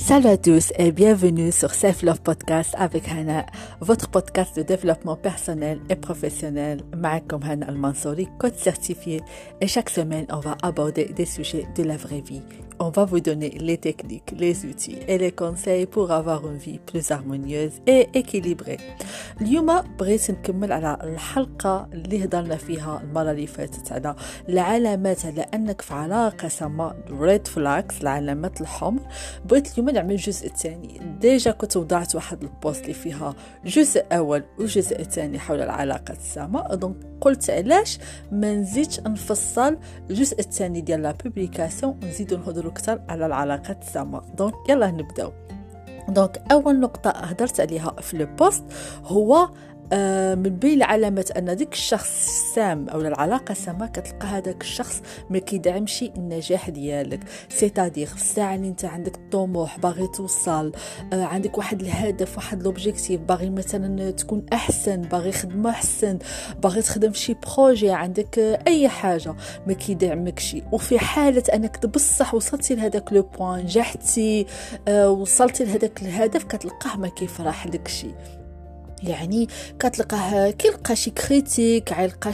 Salut à tous et bienvenue sur Self Love Podcast avec Hana, votre podcast de développement personnel et professionnel. معكم Hana Al-Mansouri, coach certifié, et chaque semaine on va aborder des sujets de la vraie vie. On va vous donner les techniques, les outils et les conseils pour avoir une vie plus harmonieuse et équilibrée. اليوم بغيت نكمل على الحلقة اللي هضرنا فيها المرة اللي فاتت على العلامات على أنك في علاقة سامة red flags، العلامات الحمر. بغيت اليوم نعمل الجزء الثاني. ديجا كنت وضعت واحد البوست اللي فيها جزء أول وجزء ثاني حول العلاقة السامة، دونك قلت علاش ما نزيدش نفصل الجزء الثاني ديال لا بوبليكاسيون ونزيدو نهضروا اكثر على العلاقات السامة. دونك يلا نبداو. دونك اول نقطه هضرت عليها في لو بوست هو من بين العلامات ان ديك الشخص السام او العلاقه السامه كتلقى هذاك الشخص ما كيدعمش النجاح ديالك. سيتادير في الساعه اللي انت عندك طموح باغي توصل، عندك واحد الهدف، واحد لوبجيكتيف، باغي مثلا تكون احسن، باغي خدمه احسن، باغي تخدم في شي بروجي، عندك اي حاجه ما كيدعمكش. وفي حاله انك بصح وصلتي لهذاك لو بوين، نجحتي، وصلتي لهذاك الهدف، كتلقاه ما كيفرح لك شي. يعني كتلقاه كيلقى شي كريتيك، يلقى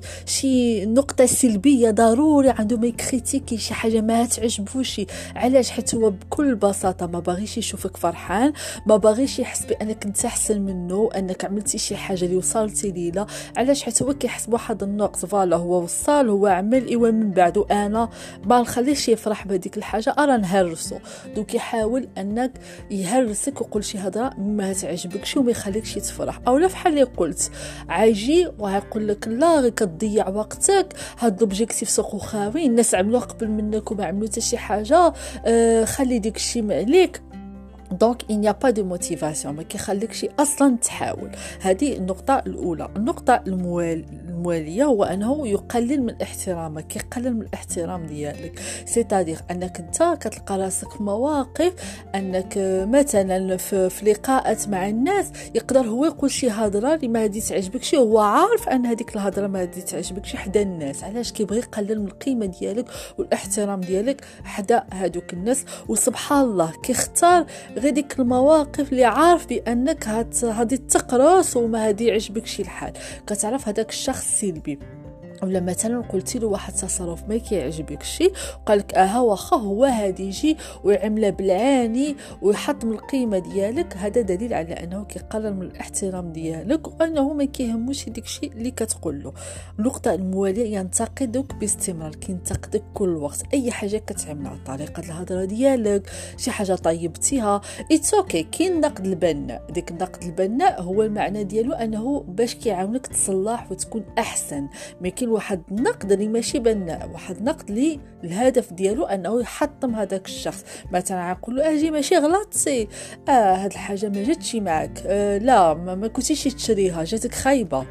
شي نقطه سلبيه، ضروري عنده ما يكريتيكي شي حاجه ما تعجبوش. علاش؟ حيت هو بكل بساطه ما باغيش يشوفك فرحان، ما باغيش يحس بانك انت احسن منه، انك عملتي شي حاجه اللي وصلتي ليها. علاش؟ حيت هو كيحس بواحد النقص، فوالا هو وصل، هو عمل، ايوا من بعده انا ما نخليش يفرح بهذيك الحاجه، ارا نهرسو. دوك يحاول انك يهرسك ويقول شي هضره ما تعجبكش وما يخليكش تفرح. او لا فحال اللي قلت عايجي ويقول لك لا غير كتضيع وقتك، هاد لوبجيكتيف سوقو خاوي، الناس عملوه قبل منك وما عملوا حتى شي حاجه، خلي ديك الشيء ما عليك. دونك il n'y a pas de motivation، ما كيخليكش اصلا تحاول. هذه النقطه الاولى. النقطه المواليه هو انه يقلل من احترامك، يقلل من الاحترام ديالك. سيتادير انك انت كتلقى راسك في مواقف انك مثلا في لقاءات مع الناس يقدر هو يقول شي هضره اللي ما هادي تعجبكش، هو عارف ان هذيك الهضره ما هادي تعجبكش حدا الناس. علاش؟ كيبغي يقلل من القيمه ديالك والاحترام ديالك حدا هادوك الناس. وسبحان الله كيختار غير ديك المواقف اللي عارف بانك هادي تقرص وما هادي يعجبك شي الحال. كتعرف هذاك الشخص سلبي، ولا مثلا قلتي له واحد تصرف ما كيعجبك شي وقال لك واخا هو هادي يجي ويعملها بالعاني ويحط من القيمه ديالك، هذا دليل على انه كيقلل من الاحترام ديالك وانه ما كيهموش ديك الشيء اللي كتقول له. النقطه المواليه ينتقدك باستمرار، كينتقدك كل وقت. اي حاجه كتعملها، طريقه الهضره ديالك، شي حاجه طيبتيها، اتس اوكي. كاين النقد البناء، ديك النقد البناء هو المعنى ديالو انه باش كيعاونك تصلح وتكون احسن. ما كاين واحد النقد اللي ماشي بناء، واحد النقد اللي الهدف ديالو انه يحطم هذاك الشخص. مثلا يقول له اجي ماشي غلطتي، هاد الحاجه ما جاتش معك، لا ما كنتيش تشريها، جاتك خايبه،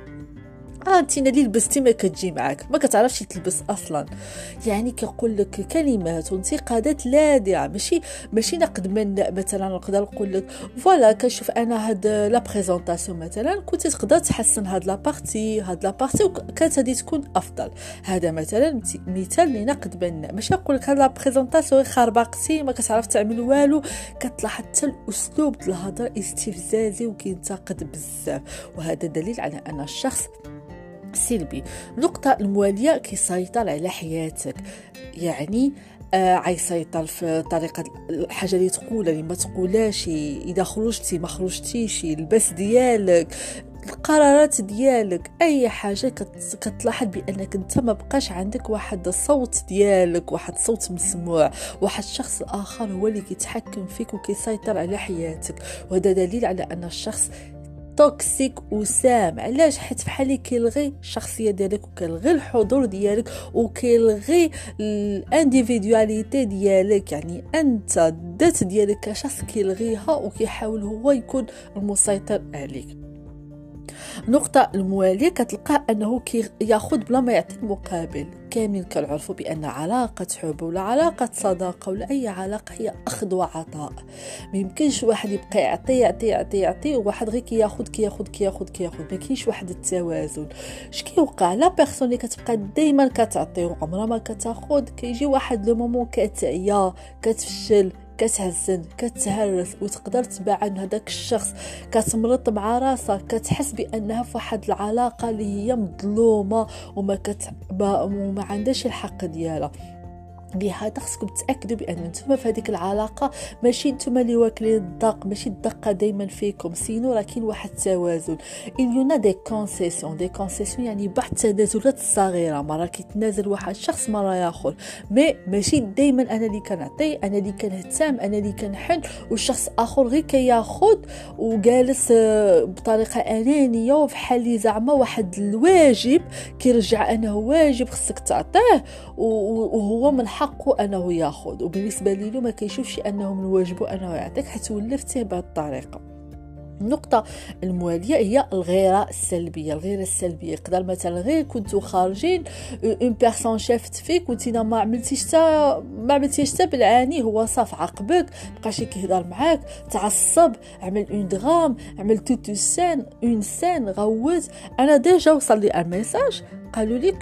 انت اللي لبستي ما كتجي معك، ما كتعرفش تلبس اصلا. يعني كيقول لك كلمات وانتقادات لاذعه، ماشي نقد من. مثلا نقدر نقول لك فوالا كنشوف انا هاد لا بريزونطاسيون مثلا كنت تقدر تحسن هاد لا بارتي وكانت هذه تكون افضل. هذا مثلا مثال لنقد بناء. ماشي نقول لك هاد لا بريزونطاسيون خربقتي ما كتعرف تعمل والو. كتلاحظ حتى الاسلوب ديال الهضره استفزازي وكينتقد بزاف، وهذا دليل على ان الشخص سلبي. النقطة الموالية كيسيطر على حياتك، يعني عيسيطر في طريقة الحاجة اللي تقولها اللي ما تقولاش، إذا خرجتي ما خرجتيش، البس ديالك، القرارات ديالك، اي حاجه كتلاحظ بانك انت ما بقاش عندك واحد الصوت ديالك، واحد صوت مسموع، واحد شخص اخر هو اللي كيتحكم فيك وكيسيطر على حياتك. وهذا دليل على ان الشخص توكسيك وسام. علاش؟ حيت فحالي كيلغي الشخصيه ديالك وكيلغي الحضور ديالك وكيلغي الانديفيدواليتي ديالك، يعني انت الذات ديالك كشخص كيلغيها وكيحاول هو يكون المسيطر عليك. نقطة الموالية كتلقاه أنه ياخذ بلا ما يعطي المقابل. كاملين كنعرفوا بأن علاقة حب ولا علاقة صداقة ولا أي علاقة هي أخذ وعطاء. ما يمكنش واحد يبقى يعطي وواحد غير كياخذ. ما كاينش واحد التوازن. اش كيوقع؟ لا بيرسون اللي كتبقى دائما كتعطي وعمرها ما كتاخذ، كيجي واحد لو مومون كتعيا، كتفشل، كتهزن كتهرس وتقدر تبعد هذاك الشخص، كتمرط مع راسها، كتحس بانها في واحد العلاقه اللي هي مظلومه وما عندهاش الحق ديالها. لهذا خصكم تاكدوا بان نتوما في هذيك العلاقه ماشي نتوما اللي واكلين الدق، ماشي الدقه دائما فيكم، سينو راه كاين واحد التوازن. اليونا دي كونسيسيون يعني بعض التنازلات الصغيره، مره كيتنازل واحد الشخص مره ياخذ، ماشي دائما انا اللي كنعطي، انا اللي كنهتم، انا اللي كنحن، والشخص اخر غير كياخذ وجالس بطريقه انانيه وبحال زعما واحد الواجب كيرجع انه واجب خصك تعطيه وهو من حقه انه ياخذ، وبالنسبه لي ما كيشوفش انه من واجبه انه يعطيك، حيت ولفتيه بهذه الطريقه. النقطه المواليه هي الغيره السلبيه. الغيره السلبيه يقدر مثلا غير كنتو خارجين اون بيرسون شافت فيك وانت ما عملتيش حتى بالعاني، هو صاف عاقبك، بقاش كيهضر معاك، تعصب، عمل اون درام، عمل توت اون سين غوت. انا ديجا وصل لي ان ميساج قالوا لي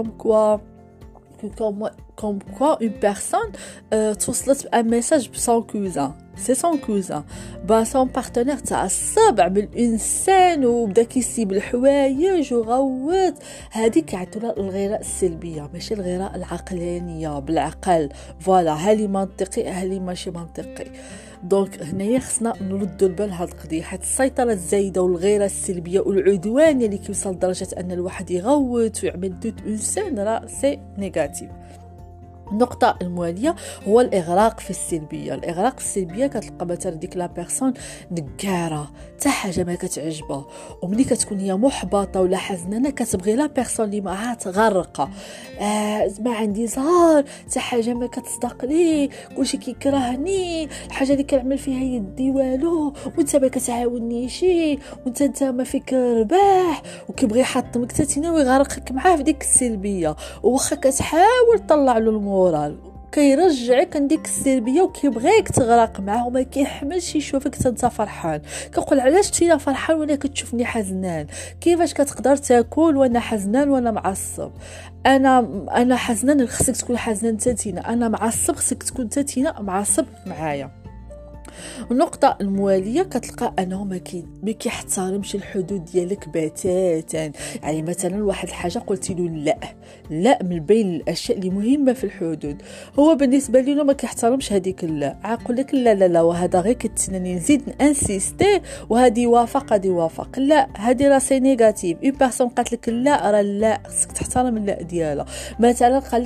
comme quoi une personne توصلت un message de son cousin, c'est son cousin, son partenaire تعصب، عمل une scène وبدا كيسيب الحوايج وغوت. هذه كيعطونا الغيره السلبيه، ماشي الغيره العقلانيه بالعقل. فوالا هالي منطقي هالي ماشي منطقي. دونك هنايا خصنا نردوا البال هاد القضيه، حيت السيطره الزايده والغيره السلبيه والعدوان اللي كيوصل لدرجه ان الواحد يغوت ويعمل توت اون سين راه سي نيجاتيف. النقطة الموالية هو الإغراق في السلبية. الإغراق في السلبية كتلقى مثلا ديك لا بيرسون نكارة، تا حاجة ما كتعجبها، وملي كتكون هي محبطة ولا حزنانة كتبغي لا بيرسون اللي معها تغرقها. ما عندي زهر، تا حاجة ما كتصدق لي، كلشي كيكرهني، الحاجة اللي كنعمل فيها يدي والو، وانت ما كتعاونيشي، وانت ما فيك رباح، وكيبغي يحطمك تاتينا ويغرقك معاه في ديك السلبية. وواخا كتحاول تطلع له المورال كيرجعك عندك السلبيه وكيبغيك تغرق معاه وما كيحملش يشوفك انت فرحان. كنقول علاش انت فرحان وانا كتشوفني حزنان؟ كيفاش كتقدر تاكل وانا حزنان وانا معصب؟ انا حزنان خصك تكون حزنان تاتينا، انا معصب خصك تكون تاتينا معصب معايا. النقطة الموالية كتلقى أنه ما كيحترمش الحدود ديالك بتاتا. يعني مثلا واحد الحاجة قلتي له لا من بين الأشياء اللي مهمة في الحدود، هو بالنسبة لي ما كيحترمش هذيك لا، عاقول لك لا وهذا غير كتناني نزيد نانسيستي وهذه يوافق لا، هذه راه سي نيجاتيف. اون بيرسون قالت لك لا راه لا، خصك تحترم اللا ديالها. مثلا قال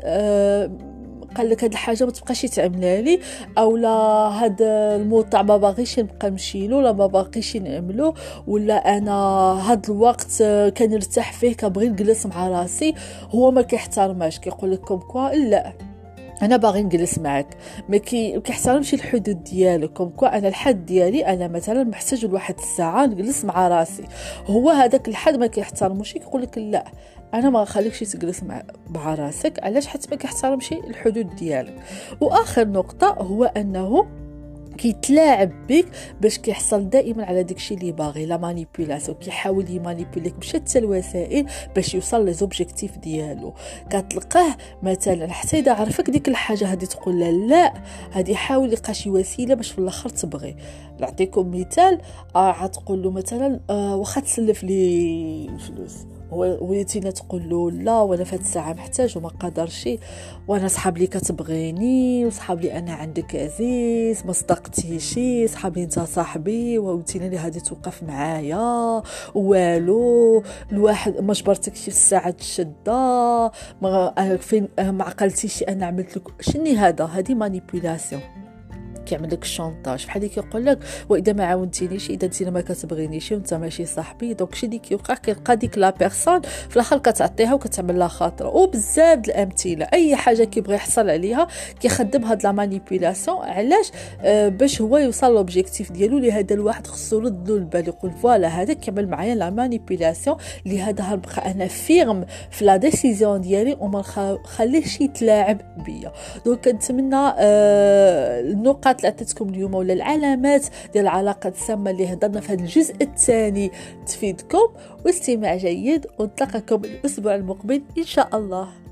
لك هاد الحاجه ما تبقاش تعملها لي، اولا هاد الموطع ما باغيش نبقى نمشيلو، لا ما باغيش نعملو، ولا انا هاد الوقت كنرتاح فيه كنبغي نجلس مع راسي، هو ما كيحترماش، كيقول لكم كوا لا انا باغي نجلس معك، ما كيحترمش الحدود ديالكم. انا الحد ديالي انا مثلا محتاج لواحد الساعه نجلس مع راسي، هو هذاك الحد ما كيحترموش، كيقول لك لا انا ما غنخليكش تجلس مع راسك. علاش؟ حيت ما كيحترمش الحدود ديالك. واخر نقطه هو انه كيتلاعب بك باش كيحصل دائما على داكشي اللي باغي، لا مانيبيولاسيون، كيحاول يمانيبيوليك بشتى الوسائل باش يوصل لي زوبجيكتيف ديالو. كتلقاه مثلا حتى اذا عرفك ديك الحاجه هذه تقول لا، هذه حاول يلقى شي وسيله باش في الاخر تبغي. نعطيكم مثال، غتقول له مثلا واخا تسلف لي فلوس، ويتينا تقول له لا وانا في هاد الساعه محتاج وما قادرش، وانا صحاب لي كتبغيني، وصحاب لي انا عندك عزيز، ما صدقتيش، صحاب لي انت صاحبي وانتينا اللي غادي توقف معايا والو، الواحد ما جبرتكش في الساعه الشده، ما عقلتيش انا عملت لك شني هذا. هذه مانيبيولاسيون، كيعمل لك الشونطاج، بحال اللي كيقول لك واذا ما عاونتينيش، اذا انت ما كتبغينيش وانت ماشي صاحبي، دونك شي اللي كيوقع كيلقى ديك لا بيرسون في الاخر كتعطيها وكتعمل لها خاطر. وبزاف د الامثله، اي حاجه كيبغي يحصل عليها كيخدم هاد لا مانيبيولاسيون. علاش؟ باش هو يوصل لوبجيكتيف ديالو. لهذا الواحد خصو يرد له البال، يقول فوالا هذا كيعمل معايا لا مانيبيولاسيون، لهذا غنبقى انا فيرم في لا ديسيزيون ديالي وما نخليهش يتلاعب بيا. دونك كنتمنى النقاط اللي عطيتكم اليوم ولا العلامات ديال العلاقات السامه اللي هضرنا في هذا الجزء الثاني تفيدكم، واستماع جيد، ونتلاقاكم الاسبوع المقبل ان شاء الله.